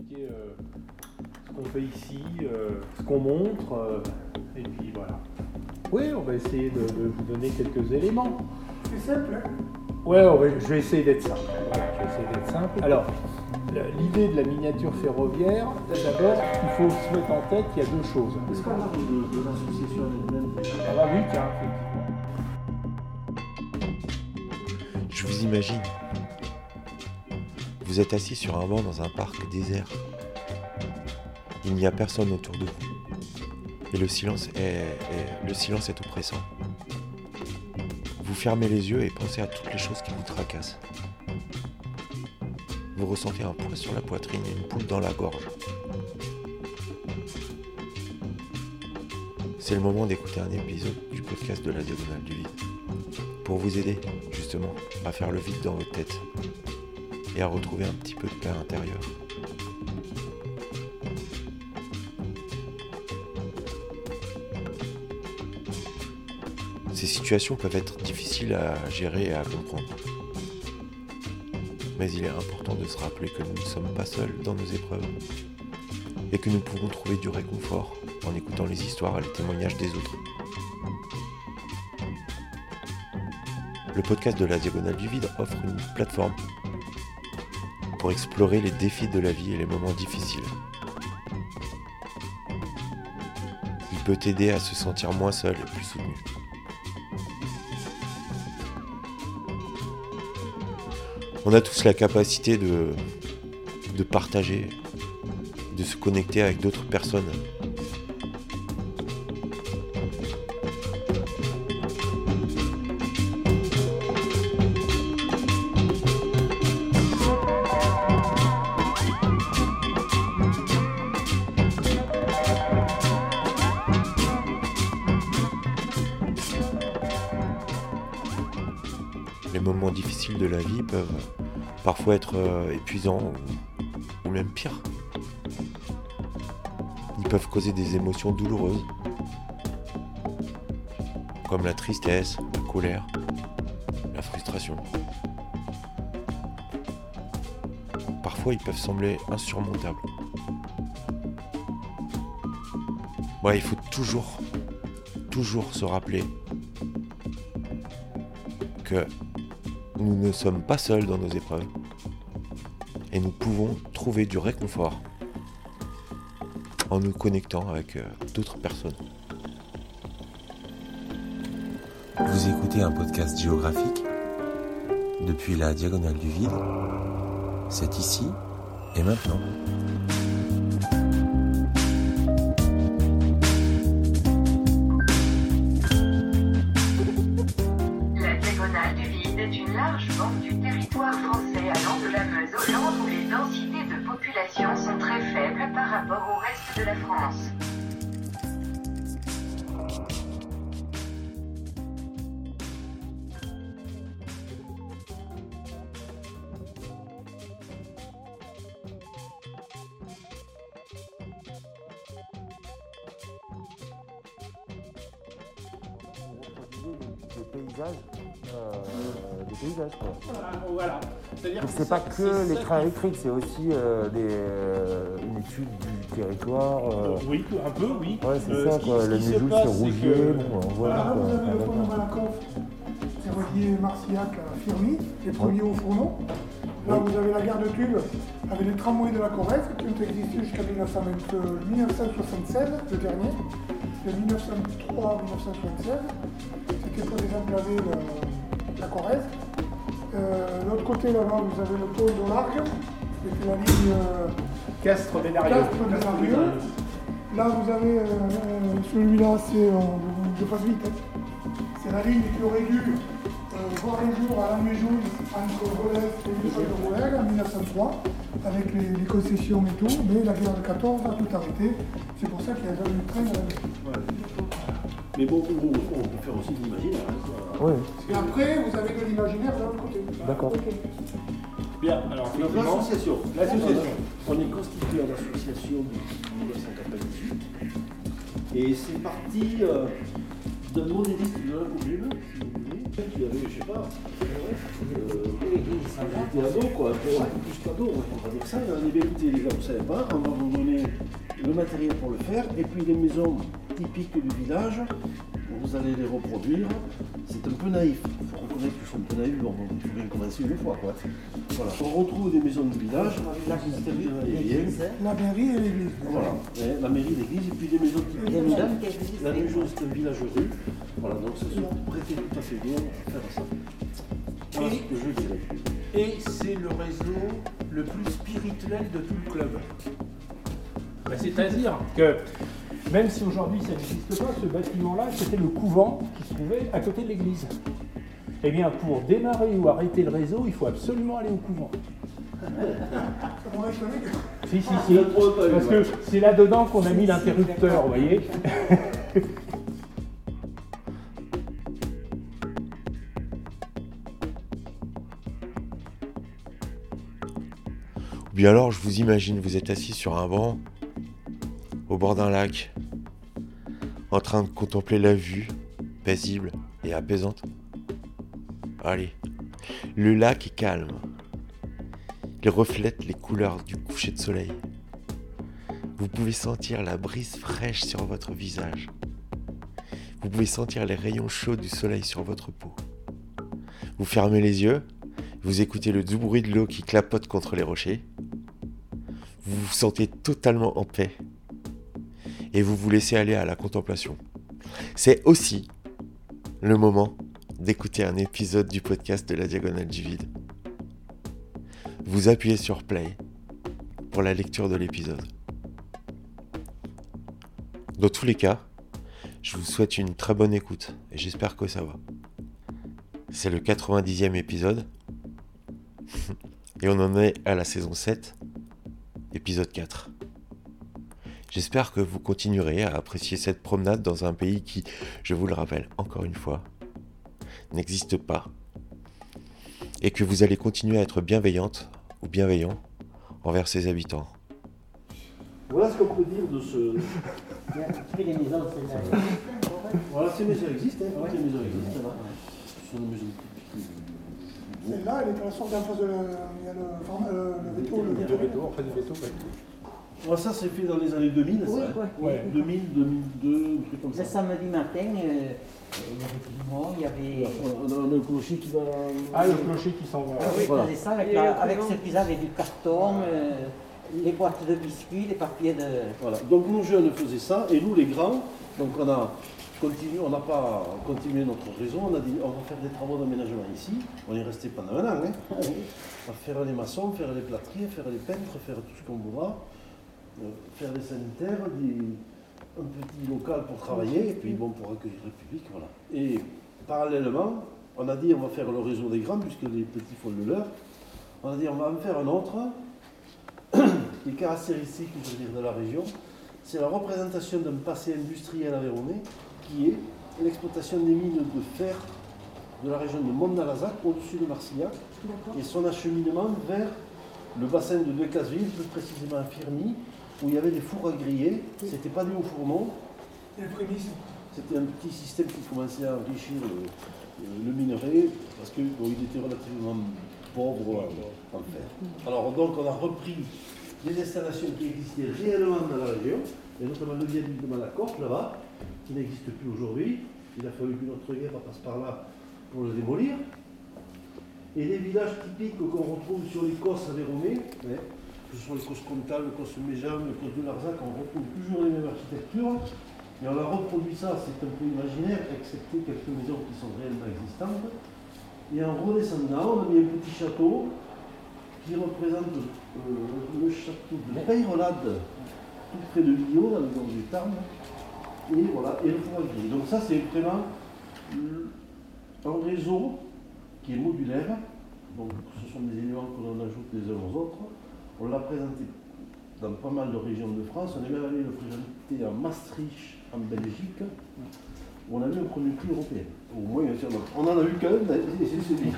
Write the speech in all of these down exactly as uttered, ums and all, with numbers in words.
expliquer euh, ce qu'on fait ici, euh, ce qu'on montre, euh, et puis voilà. Oui, on va essayer de, de vous donner quelques éléments. C'est simple, hein? Ouais, on va, je vais essayer d'être simple. Voilà, je vais essayer d'être simple. Alors, l'idée de la miniature ferroviaire, d'abord, il faut se mettre en tête qu'il y a deux choses. Est-ce qu'on a de, de l'association elle-même? Ah bah oui, tiens, effectivement. Je vous imagine. Vous êtes assis sur un banc dans un parc désert. Il n'y a personne autour de vous. Et le silence est, est, le silence est oppressant. Vous fermez les yeux et pensez à toutes les choses qui vous tracassent. Vous ressentez un poids sur la poitrine et une boule dans la gorge. C'est le moment d'écouter un épisode du podcast de la Diagonale du Vide. Pour vous aider, justement, à faire le vide dans votre tête et à retrouver un petit peu de paix intérieure. Ces situations peuvent être difficiles à gérer et à comprendre. Mais il est important de se rappeler que nous ne sommes pas seuls dans nos épreuves et que nous pouvons trouver du réconfort en écoutant les histoires et les témoignages des autres. Le podcast de la Diagonale du Vide offre une plateforme pour explorer les défis de la vie et les moments difficiles. Il peut t'aider à se sentir moins seul et plus soutenu. On a tous la capacité de, de partager, de se connecter avec d'autres personnes. Les moments difficiles de la vie peuvent parfois être euh, épuisants ou, ou même pire. Ils peuvent causer des émotions douloureuses, comme la tristesse, la colère, la frustration. Parfois, ils peuvent sembler insurmontables. Ouais, il faut toujours, toujours se rappeler que nous ne sommes pas seuls dans nos épreuves et nous pouvons trouver du réconfort en nous connectant avec euh, d'autres personnes. Vous écoutez un podcast géographique depuis la Diagonale du Vide. C'est ici et maintenant. Une large bande du territoire français allant de la Meuse au Land où les densités de population sont très faibles par rapport au reste de la France. Des paysages. Euh, des paysages quoi. Voilà. C'est-à-dire Donc que c'est pas ça- que c'est les ça trains qui- électriques, c'est aussi euh, des, euh, une étude du territoire. euh. Oui, un peu, oui. Ouais, c'est Euh, ça ce qui- quoi. ce Le qui se Méjoul, passe, c'est c'est Rougier, que- bon, on voit Voilà, là, Là, quoi. vous avez Ah, le pont d'accord. de Malakoff, c'est relié Marcillac à Firmy, les premiers au fourneau. Là, Oui. vous avez la gare de Tulle avec les tramways de la Corrèze qui ont existé jusqu'à mille neuf cent vingt, euh, mille neuf cent soixante-seize, le dernier. De mille neuf cent trois à mille neuf cent soixante-seize, c'était pour désenclaver la, la Corrèze. Euh, de l'autre côté, là-bas, vous avez le pôle de l'Argue, c'était la ligne euh, Castres-Bénarieux. Castres-Bénarieux. Là, vous avez euh, euh, celui-là, c'est, euh, je passe vite, hein. C'est la ligne qui aurait dû euh, voir le jour à la Méjoul entre Rolès et Villepinte de Rouergue en mille neuf cent trois, avec les, les concessions et tout, mais la guerre de quatorze a tout arrêté. C'est pour ça qu'il n'y a jamais eu de train à la Méjoul. Ouais. Mais bon, on, on peut faire aussi de l'imaginaire. Hein, Oui, Et après, vous avez de l'imaginaire de l'autre côté. d'accord. Ok. Bien, alors Donc effectivement, l'association, l'association. on est constitué en association depuis mille neuf cent quatre-vingt-dix-huit et c'est parti euh, Dans le modéliste de la commune, si vous voulez, il y avait, je sais pas, euh, j'étais ado quoi, plus qu'ado, on va dire ça, il y en avait, écoutez les gars, vous savez pas, on va vous donner le matériel pour le faire, et puis les maisons typiques du village, vous allez les reproduire. C'est un peu naïf, il faut reconnaître que c'est un peu naïf, bon, il faut bien commencer une fois quoi. Voilà. On retrouve des maisons du village, la La mairie et l'église. Voilà, et la mairie, l'église, et puis des maisons typiques. La même chose, c'est un village rue. Voilà, donc ça se prêtait tout à fait bien à faire ça. Voilà Et- ce que je dirais. Et c'est le réseau le plus spirituel de tout le club. Ben, c'est-à-dire que, même si aujourd'hui ça n'existe pas, ce bâtiment-là, c'était le couvent qui se trouvait à côté de l'église. Eh bien, pour démarrer ou arrêter le réseau, il faut absolument aller au couvent. Ça m'aurait étonné que. Si, si, si. Il y a trop de taille, Parce ouais. que c'est là-dedans qu'on a mis l'interrupteur, vous voyez. Ou bien alors, je vous imagine, vous êtes assis sur un banc, au bord d'un lac, en train de contempler la vue, paisible et apaisante. Allez, le lac est calme. Il reflète les couleurs du coucher de soleil. Vous pouvez sentir la brise fraîche sur votre visage. Vous pouvez sentir les rayons chauds du soleil sur votre peau. Vous fermez les yeux, vous écoutez le doux bruit de l'eau qui clapote contre les rochers. Vous vous sentez totalement en paix. Et vous vous laissez aller à la contemplation. C'est aussi le moment d'écouter un épisode du podcast de la Diagonale du Vide. Vous appuyez sur play pour la lecture de l'épisode. Dans tous les cas, je vous souhaite une très bonne écoute et j'espère que ça va. C'est le quatre-vingt-dixième épisode et on en est à la saison sept, épisode quatre. J'espère que vous continuerez à apprécier cette promenade dans un pays qui, je vous le rappelle encore une fois, n'existe pas et que vous allez continuer à être bienveillante ou bienveillant envers ses habitants. Voilà ce qu'on peut dire de ce. Voilà, ces maisons existent, hein. Ces maisons existent, là. Ce sont des maisons typiques. Celle-là, elle est à la sorte d'en face de. Il y a le, form- euh, le veto, le Il y a veto. le veto, en fait, du veto, ouais. Voilà, ça c'est fait dans les années deux mille, ça. Oui, hein. oui. Ouais. deux mille, deux mille deux, un truc comme Le ça. samedi matin, euh, il y avait tout le monde, il y avait. On a, on a un clocher qui va. Ah, le clocher qui s'en va. Ah oui, Voilà. faisait ça avec, la- avec ce qu'ils avaient du carton, euh, les boîtes de biscuits, les papiers de. Voilà. Donc nos jeunes faisaient ça, et nous les grands, donc on a continué, on n'a pas continué notre réseau, on a dit on va faire des travaux d'aménagement ici. On est resté pendant un an, hein. On va faire les maçons, faire les plâtriers, faire les peintres, faire tout ce qu'on voudra, euh, faire les sanitaires, des, un petit local pour travailler, et puis bon pour accueillir le public, voilà. Et parallèlement, on a dit on va faire le réseau des grands, puisque les petits font le leur. On a dit on va en faire un autre, qui est caractéristique, je veux dire, de la région. C'est la représentation d'un passé industriel aveyronnais, qui est l'exploitation des mines de fer de la région de Mont-d'Alazac, au-dessus de Marcillac, et son acheminement vers le bassin de Decazeville, plus précisément à Firmy, où il y avait des fours à griller. C'était pas des hauts fourneaux, Et le prémisse. c'était un petit système qui commençait à enrichir le, le minerai, parce qu'il bon, il était relativement pauvre en fer. Alors donc on a repris les installations qui existaient réellement dans la région, et notamment le viaduc de Malakoff, là-bas, qui n'existe plus aujourd'hui. Il a fallu qu'une autre guerre passe par là pour le démolir. Et les villages typiques qu'on retrouve sur les Cosses aveyronnais, ouais, que ce soit le Cos Comtal, le Cos Méjean, le Cos de Larzac, on retrouve toujours les mêmes architectures. Et on a reproduit ça, c'est un peu imaginaire, excepté quelques maisons qui sont réellement existantes. Et en redescendant, on a mis un petit château qui représente euh, le château de Peyrelade, tout près de Millau, dans le nord du Tarn. Et voilà, et le four à griller. Donc ça, c'est vraiment euh, un réseau qui est modulaire. Donc ce sont des éléments que l'on ajoute les uns aux autres. On l'a présenté dans pas mal de régions de France. On est même allé le présenter à Maastricht, en Belgique, où on a eu un premier prix européen. Au moins, on en a eu qu'un, et c'est celui.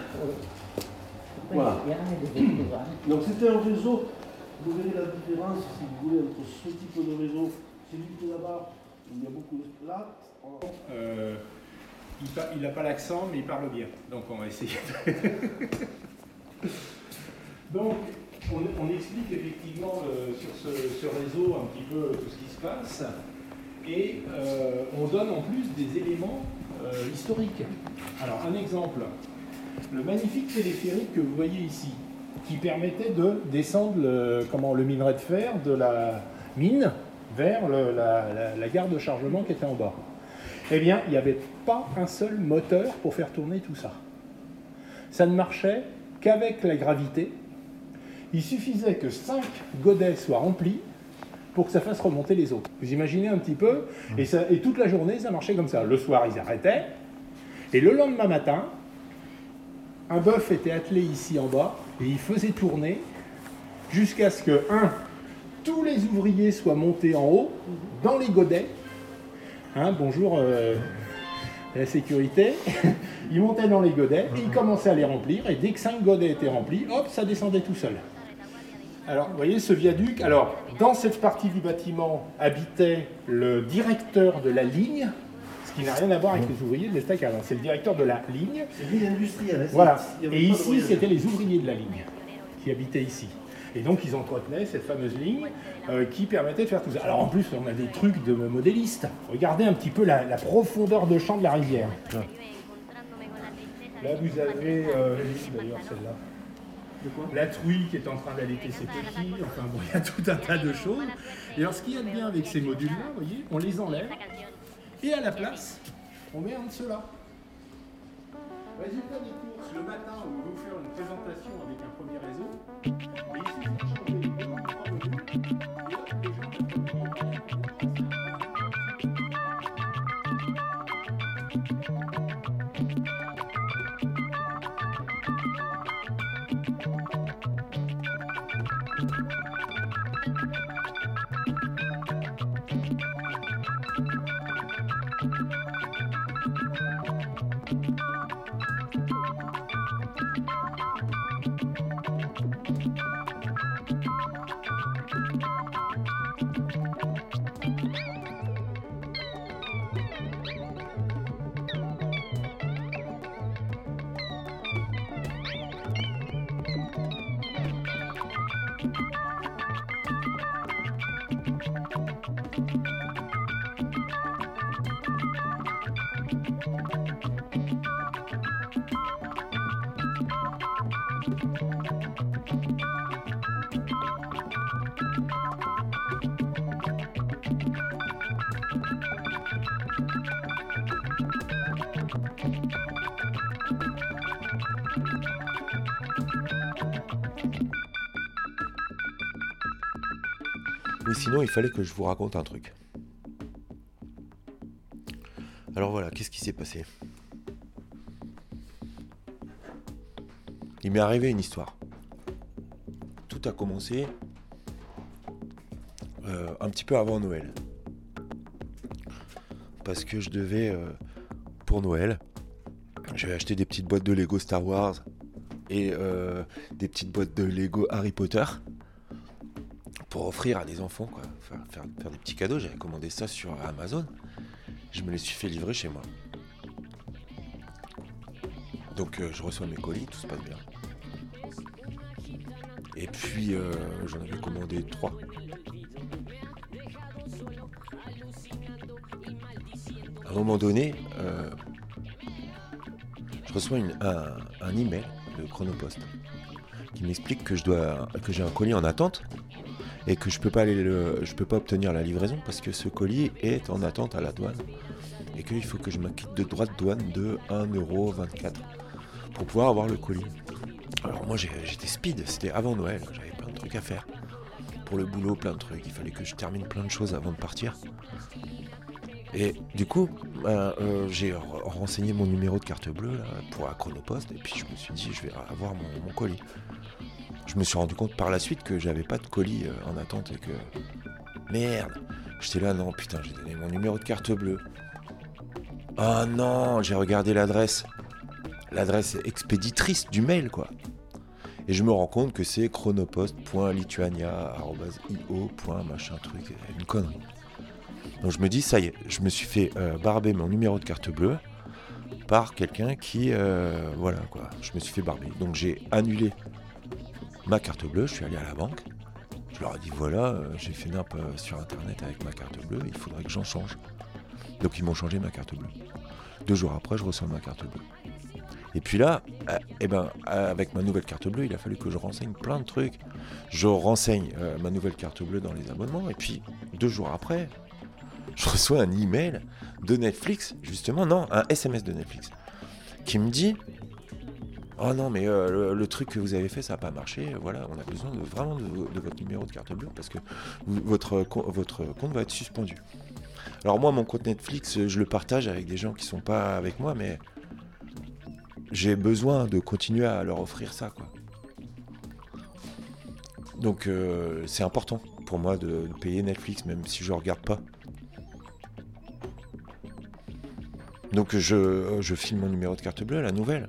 Voilà. Donc c'était un réseau, vous verrez la différence, si vous voulez, entre ce type de réseau, celui qui est là-bas, où il y a beaucoup de là. Euh, il pa- il n'a pas l'accent, mais il parle bien. Donc on va essayer. De... Donc on, on explique effectivement le, sur ce, ce réseau un petit peu tout ce qui se passe. Et euh, on donne en plus des éléments euh, historiques. Alors un exemple, le magnifique téléphérique que vous voyez ici, qui permettait de descendre le, comment, le minerai de fer de la mine vers le, la, la, la gare de chargement qui était en bas. Eh bien, il n'y avait pas un seul moteur pour faire tourner tout ça. Ça ne marchait qu'avec la gravité. Il suffisait que cinq godets soient remplis pour que ça fasse remonter les eaux. Vous imaginez un petit peu, et, ça, et toute la journée, ça marchait comme ça. Le soir, ils arrêtaient, et le lendemain matin, un bœuf était attelé ici en bas, et il faisait tourner jusqu'à ce que, un, tous les ouvriers soient montés en haut, dans les godets. Hein, bonjour, euh, la sécurité. Ils montaient dans les godets, et ils commençaient à les remplir, et dès que cinq godets étaient remplis, hop, ça descendait tout seul. Alors, vous voyez ce viaduc. Alors, dans cette partie du bâtiment habitait le directeur de la ligne, ce qui n'a rien à voir avec les ouvriers de l'estacade. C'est le directeur de la ligne. C'est une ligne industrielle. Hein, voilà. Il y avait Et pas de ici, voyage. c'était les ouvriers de la ligne qui habitaient ici. Et donc, ils entretenaient cette fameuse ligne euh, qui permettait de faire tout ça. Alors, en plus, on a des trucs de modélistes. Regardez un petit peu la, la profondeur de champ de la rivière. Là, vous avez, euh, d'ailleurs, celle-là. La truie qui est en train d'allaiter ses petits, enfin bon, il y a tout un tas de choses. Et alors ce qu'il y a de bien avec ces modules-là, vous voyez, on les enlève, et à la place, on met un de ceux-là. Résultat des courses, le matin, on va vous faire une présentation avec un premier réseau, et il suffit de changer les deux ou trois modules, et hop, les gens Oui, sinon, il fallait que je vous raconte un truc. Alors voilà, qu'est-ce qui s'est passé? Il m'est arrivé une histoire. Tout a commencé euh, un petit peu avant Noël. Parce que je devais, euh, pour Noël, j'avais acheté des petites boîtes de Lego Star Wars et euh, des petites boîtes de Lego Harry Potter pour offrir à des enfants, quoi. Faire, faire, faire des petits cadeaux. J'avais commandé ça sur Amazon. Je me les suis fait livrer chez moi. Donc euh, je reçois mes colis, tout se passe bien. Et puis euh, j'en avais commandé trois. À un moment donné, euh, je reçois une, un, un email de Chronopost qui m'explique que je dois, que j'ai un colis en attente et que je peux pas aller le, je peux pas obtenir la livraison parce que ce colis est en attente à la douane et qu'il faut que je m'acquitte de droits de douane de un euro vingt-quatre pour pouvoir avoir le colis. Alors moi j'ai, j'étais speed, c'était avant Noël, j'avais plein de trucs à faire. Pour le boulot, plein de trucs, il fallait que je termine plein de choses avant de partir. Et du coup, euh, euh, j'ai re- renseigné mon numéro de carte bleue là, pour la Chronopost et puis je me suis dit je vais avoir mon, mon colis. Je me suis rendu compte par la suite que j'avais pas de colis euh, en attente et que... Merde. J'étais là, non, putain, j'ai donné mon numéro de carte bleue. Oh non, j'ai regardé l'adresse. L'adresse expéditrice du mail, quoi. Et je me rends compte que c'est chronopost point lituania arobase i o point machin truc. Une connerie. Donc je me dis, ça y est, je me suis fait euh, barber mon numéro de carte bleue. par quelqu'un qui, euh, voilà quoi, je me suis fait barber. Donc j'ai annulé ma carte bleue, je suis allé à la banque, je leur ai dit voilà, euh, j'ai fait nimp euh, sur internet avec ma carte bleue, il faudrait que j'en change. Donc ils m'ont changé ma carte bleue. Deux jours après, je reçois ma carte bleue. Et puis là, euh, eh ben, avec ma nouvelle carte bleue, il a fallu que je renseigne plein de trucs. Je renseigne euh, ma nouvelle carte bleue dans les abonnements, et puis deux jours après, je reçois un email de Netflix, justement, non, un S M S de Netflix, qui me dit « Oh non, mais euh, le, le truc que vous avez fait, ça n'a pas marché, voilà, on a besoin de, vraiment de, de votre numéro de carte bleue, parce que vous, votre, votre compte va être suspendu. » Alors moi, mon compte Netflix, je le partage avec des gens qui ne sont pas avec moi, mais j'ai besoin de continuer à leur offrir ça, quoi. Donc euh, c'est important pour moi de, de payer Netflix, même si je ne regarde pas. Donc je, je file mon numéro de carte bleue, la nouvelle.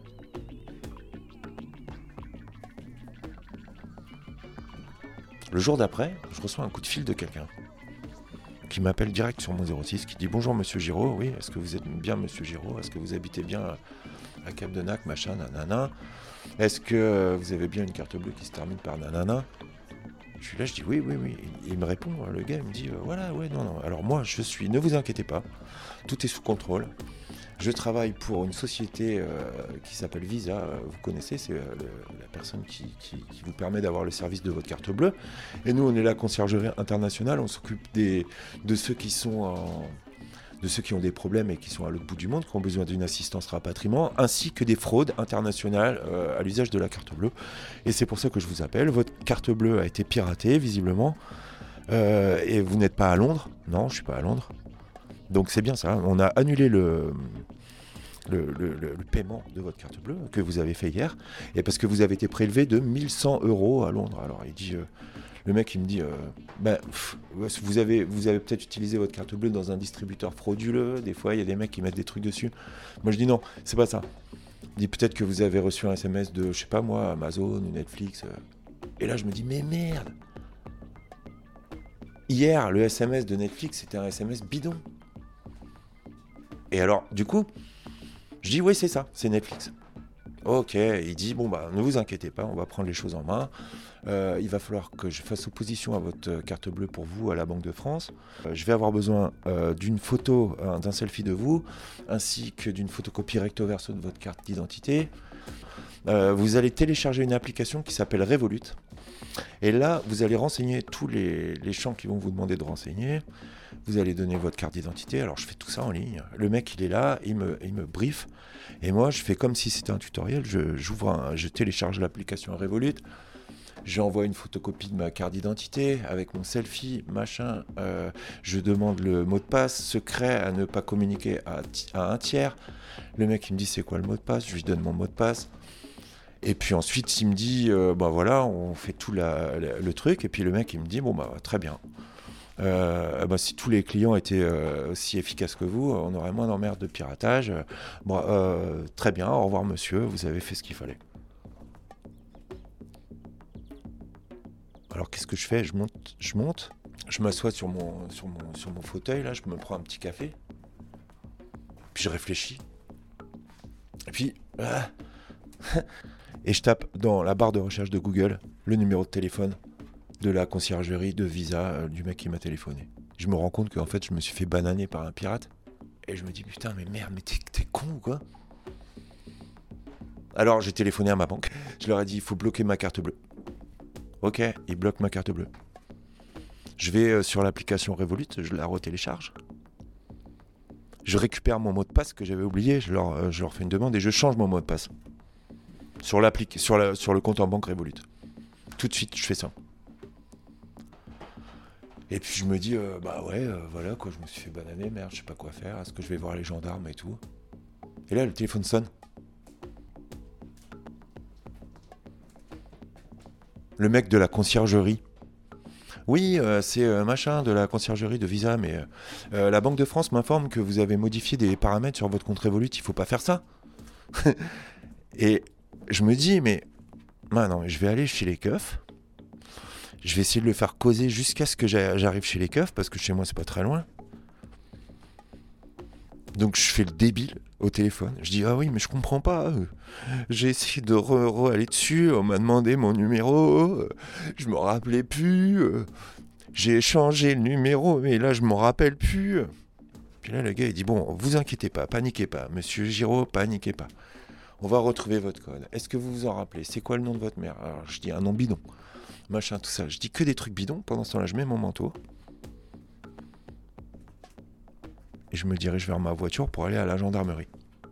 Le jour d'après, je reçois un coup de fil de quelqu'un qui m'appelle direct sur mon zéro six, qui dit « Bonjour Monsieur Giraud, oui, est-ce que vous êtes bien Monsieur Giraud? Est-ce que vous habitez bien à Cap-de-Nac, machin, nanana? Est-ce que vous avez bien une carte bleue qui se termine par nanana ?» Je suis là, je dis « Oui, oui, oui. » Il me répond, le gars, il me dit « Voilà, ouais, non, non. Alors moi, je suis, ne vous inquiétez pas, tout est sous contrôle. Je travaille pour une société euh, qui s'appelle Visa, euh, vous connaissez, c'est euh, le, la personne qui, qui, qui vous permet d'avoir le service de votre carte bleue. Et nous, on est la conciergerie internationale, on s'occupe des, de ceux qui sont en, de ceux qui ont des problèmes et qui sont à l'autre bout du monde, qui ont besoin d'une assistance rapatriement, ainsi que des fraudes internationales euh, à l'usage de la carte bleue. Et c'est pour ça que je vous appelle. Votre carte bleue a été piratée, visiblement, euh, et vous n'êtes pas à Londres. Non, je suis pas à Londres. Donc c'est bien ça, on a annulé le, le, le, le, le paiement de votre carte bleue que vous avez fait hier, et parce que vous avez été prélevé de mille cent euros à Londres. Alors il dit, euh, le mec il me dit, euh, ben, pff, vous avez, vous avez peut-être utilisé votre carte bleue dans un distributeur frauduleux, des fois il y a des mecs qui mettent des trucs dessus. Moi je dis non, c'est pas ça. Il dit peut-être que vous avez reçu un S M S de, je sais pas moi, Amazon ou Netflix. Et là je me dis, mais merde, hier le S M S de Netflix c'était un S M S bidon. Et alors, du coup, je dis, oui, c'est ça, c'est Netflix. Ok, il dit, bon, bah, ne vous inquiétez pas, on va prendre les choses en main. Euh, il va falloir que je fasse opposition à votre carte bleue pour vous à la Banque de France. Euh, je vais avoir besoin euh, d'une photo, euh, d'un selfie de vous, ainsi que d'une photocopie recto verso de votre carte d'identité. Euh, vous allez télécharger une application qui s'appelle Revolut. Et là, vous allez renseigner tous les, les champs qui vont vous demander de renseigner. Vous allez donner votre carte d'identité. Alors, je fais tout ça en ligne. Le mec, il est là, il me, il me brief. Et moi, je fais comme si c'était un tutoriel. Je, j'ouvre un, je télécharge l'application Revolut. J'envoie une photocopie de ma carte d'identité avec mon selfie, machin. Euh, je demande le mot de passe secret à ne pas communiquer à, à un tiers. Le mec, il me dit, c'est quoi le mot de passe? Je lui donne mon mot de passe. Et puis ensuite, il me dit, euh, bah voilà, on fait tout la, la, le truc. Et puis le mec, il me dit, bon, bah très bien. Euh, bah, si tous les clients étaient euh, aussi efficaces que vous, on aurait moins d'emmerdes de piratage. Bon, euh, très bien, au revoir monsieur, vous avez fait ce qu'il fallait. Alors qu'est-ce que je fais? Je monte, je monte, je m'assois sur mon, sur, mon, sur mon fauteuil, là, je me prends un petit café. Puis je réfléchis. Et puis... Ah, et je tape dans la barre de recherche de Google le numéro de téléphone de la conciergerie de Visa, euh, du mec qui m'a téléphoné. Je me rends compte qu'en fait, je me suis fait bananer par un pirate. Et je me dis, putain, mais merde, mais t'es, t'es con ou quoi? Alors, j'ai téléphoné à ma banque. Je leur ai dit, il faut bloquer ma carte bleue. Ok, ils bloquent ma carte bleue. Je vais euh, sur l'application Revolut, je la retélécharge. Je récupère mon mot de passe que j'avais oublié, je leur, euh, je leur fais une demande et je change mon mot de passe. Sur, l'appli- sur, la, sur le compte en banque Revolut. Tout de suite, je fais ça. Et puis je me dis, euh, bah ouais, euh, voilà quoi, je me suis fait bananer, merde, je sais pas quoi faire, est-ce que je vais voir les gendarmes et tout? Et là, le téléphone sonne. Le mec de la conciergerie. Oui, euh, c'est euh, machin de la conciergerie de Visa, mais euh, la Banque de France m'informe que vous avez modifié des paramètres sur votre compte Revolut, il faut pas faire ça. Et je me dis, mais bah non, je vais aller chez les keufs. Je vais essayer de le faire causer jusqu'à ce que j'arrive chez les keufs, parce que chez moi, c'est pas très loin. Donc je fais le débile au téléphone. Je dis ah oui mais je comprends pas. J'ai essayé de re, re aller dessus. On m'a demandé mon numéro. Je me rappelais plus. J'ai changé le numéro mais là je m'en rappelle plus. Puis là le gars il dit bon vous inquiétez pas, paniquez pas, Monsieur Giraud, paniquez pas. On va retrouver votre code. Est-ce que vous vous en rappelez? C'est quoi le nom de votre mère? Alors je dis un nom bidon. Machin tout ça. Je dis que des trucs bidons. Pendant ce temps-là je mets mon manteau. Et je me dirige vers ma voiture pour aller à la gendarmerie.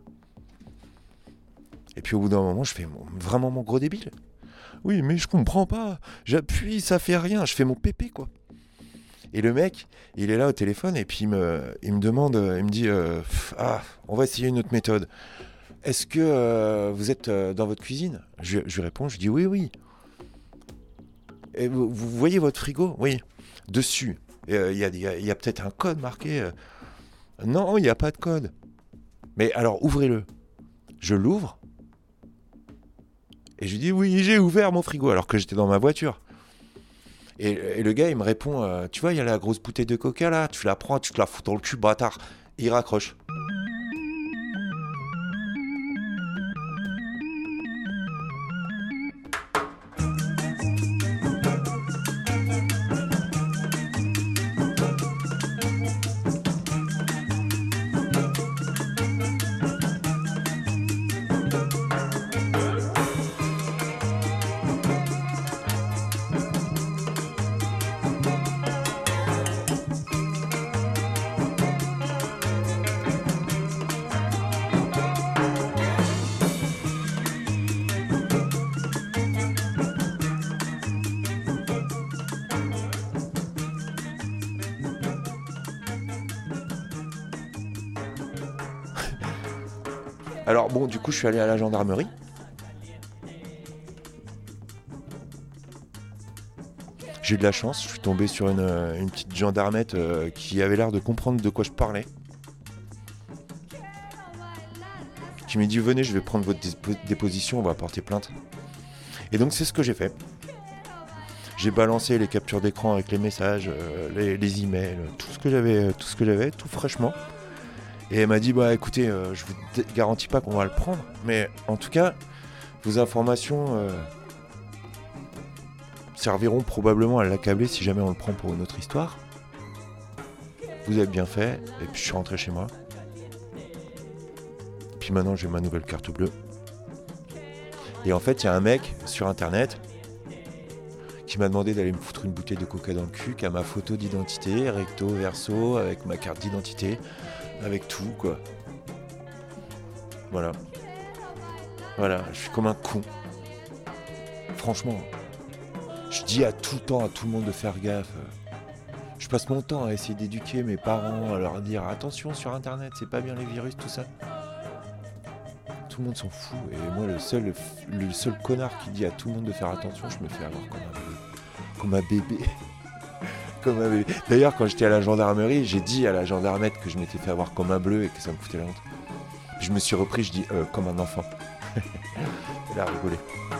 Et puis au bout d'un moment, je fais mon, vraiment mon gros débile. Oui, mais je comprends pas. J'appuie, ça fait rien. Je fais mon pépé, quoi. Et le mec, il est là au téléphone et puis il me, il me demande, il me dit euh, ah, on va essayer une autre méthode. Est-ce que euh, vous êtes euh, dans votre cuisine? je, je lui réponds, je dis oui, oui. Et vous, vous voyez votre frigo? Oui. Dessus, il euh, y a, y a, y a peut-être un code marqué. Euh, non, il n'y a pas de code. Mais alors, ouvrez-le. Je l'ouvre. Et je lui dis, oui, j'ai ouvert mon frigo, alors que j'étais dans ma voiture. Et, et le gars, il me répond, euh, tu vois, il y a la grosse bouteille de coca, là, tu la prends, tu te la fous dans le cul, bâtard. Et il raccroche. Alors bon, du coup, je suis allé à la gendarmerie. J'ai eu de la chance, je suis tombé sur une, une petite gendarmette euh, qui avait l'air de comprendre de quoi je parlais. Qui m'a dit, venez, je vais prendre votre dé- déposition, on va porter plainte. Et donc c'est ce que j'ai fait. J'ai balancé les captures d'écran avec les messages, euh, les, les emails, tout ce que j'avais, tout ce que j'avais, tout fraîchement. Et elle m'a dit, bah écoutez, euh, je vous d- garantis pas qu'on va le prendre, mais en tout cas, vos informations euh, serviront probablement à l'accabler si jamais on le prend pour une autre histoire. Vous avez bien fait, et puis je suis rentré chez moi. Puis maintenant j'ai ma nouvelle carte bleue. Et en fait, il y a un mec sur internet qui m'a demandé d'aller me foutre une bouteille de coca dans le cul, qui a ma photo d'identité, recto, verso, avec ma carte d'identité. Avec tout, quoi. Voilà. Voilà, je suis comme un con. Franchement. Je dis à tout le temps à tout le monde de faire gaffe. Je passe mon temps à essayer d'éduquer mes parents, à leur dire attention sur internet, c'est pas bien les virus, tout ça. Tout le monde s'en fout. Et moi, le seul, le seul connard qui dit à tout le monde de faire attention, je me fais avoir comme un bébé. Comme un bébé. Comme un bébé. D'ailleurs, quand j'étais à la gendarmerie, j'ai dit à la gendarmette que je m'étais fait avoir comme un bleu et que ça me foutait la honte. Je me suis repris, je dis euh, comme un enfant. Elle a rigolé.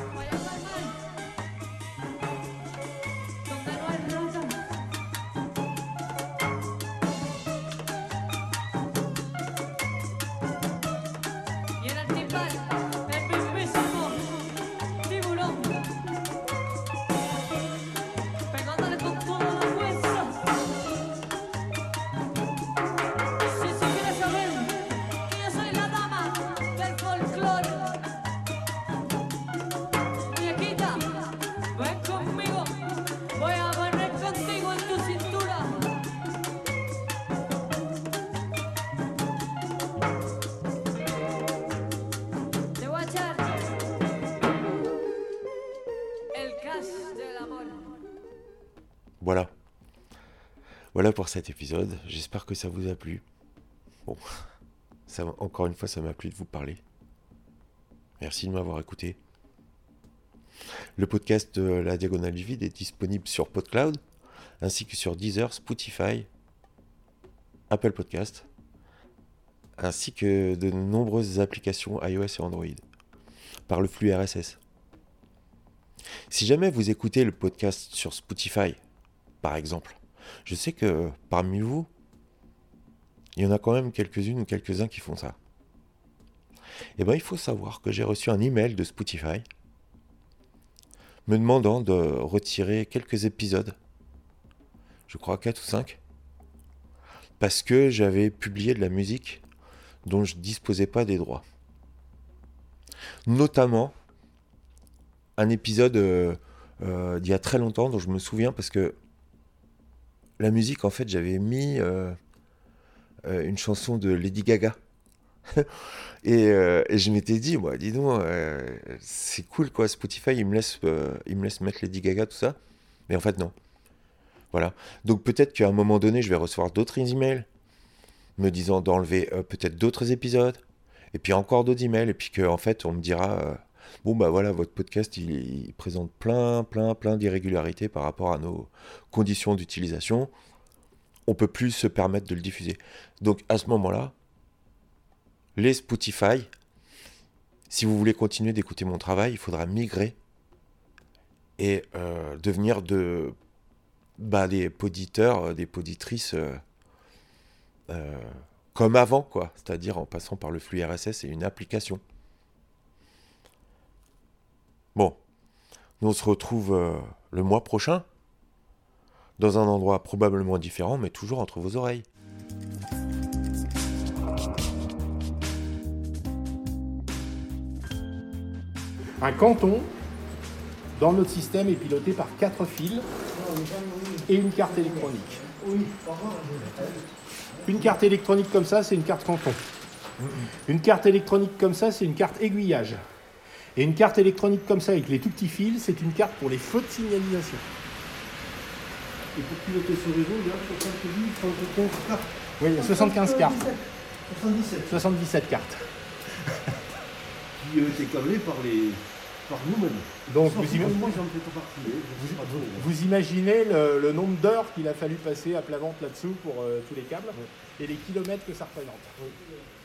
Voilà. Voilà pour cet épisode. J'espère que ça vous a plu. Bon, ça, encore une fois, ça m'a plu de vous parler. Merci de m'avoir écouté. Le podcast de La Diagonale du Vide est disponible sur PodCloud, ainsi que sur Deezer, Spotify, Apple Podcast, ainsi que de nombreuses applications iOS et Android, par le flux R S S. Si jamais vous écoutez le podcast sur Spotify, par exemple, je sais que parmi vous, il y en a quand même quelques-unes ou quelques-uns qui font ça. Eh bien, il faut savoir que j'ai reçu un email de Spotify me demandant de retirer quelques épisodes, je crois quatre ou cinq, parce que j'avais publié de la musique dont je ne disposais pas des droits. Notamment un épisode euh, euh, d'il y a très longtemps dont je me souviens parce que la musique, en fait, j'avais mis euh, euh, une chanson de Lady Gaga. et, euh, et je m'étais dit, moi, dis donc, euh, c'est cool, quoi, Spotify, il me, laisse, euh, il me laisse mettre Lady Gaga, tout ça. Mais en fait, non. Voilà. Donc peut-être qu'à un moment donné, je vais recevoir d'autres emails me disant d'enlever euh, peut-être d'autres épisodes, et puis encore d'autres emails, et puis qu'en fait, on me dira, euh, bon, bah voilà, votre podcast, il, il présente plein, plein, plein d'irrégularités par rapport à nos conditions d'utilisation. On peut plus se permettre de le diffuser. Donc à ce moment-là, les Spotify, si vous voulez continuer d'écouter mon travail, il faudra migrer et euh, devenir de, bah, des poditeurs, des poditrices euh, euh, comme avant, quoi. C'est-à-dire en passant par le flux R S S et une application. Bon, nous on se retrouve euh, le mois prochain, dans un endroit probablement différent, mais toujours entre vos oreilles. Un canton, dans notre système, est piloté par quatre fils et une carte électronique. Une carte électronique comme ça, c'est une carte canton. Une carte électronique comme ça, c'est une carte aiguillage. Et une carte électronique comme ça, avec les tout petits fils, c'est une carte pour les feux de signalisation. Et pour piloter ce réseau, il y a soixante-quinze cartes. Oui, il y a soixante-quinze cartes. soixante-dix-sept. soixante-dix-sept cartes. Qui ont été câblées par, les... par nous-mêmes. Donc, Sauf vous, ima- moi, j'en fais pas partie. hein. Je sais pas trop, moi. vous imaginez le, le nombre d'heures qu'il a fallu passer à plat ventre là-dessous pour euh, tous les câbles et les kilomètres que ça représente.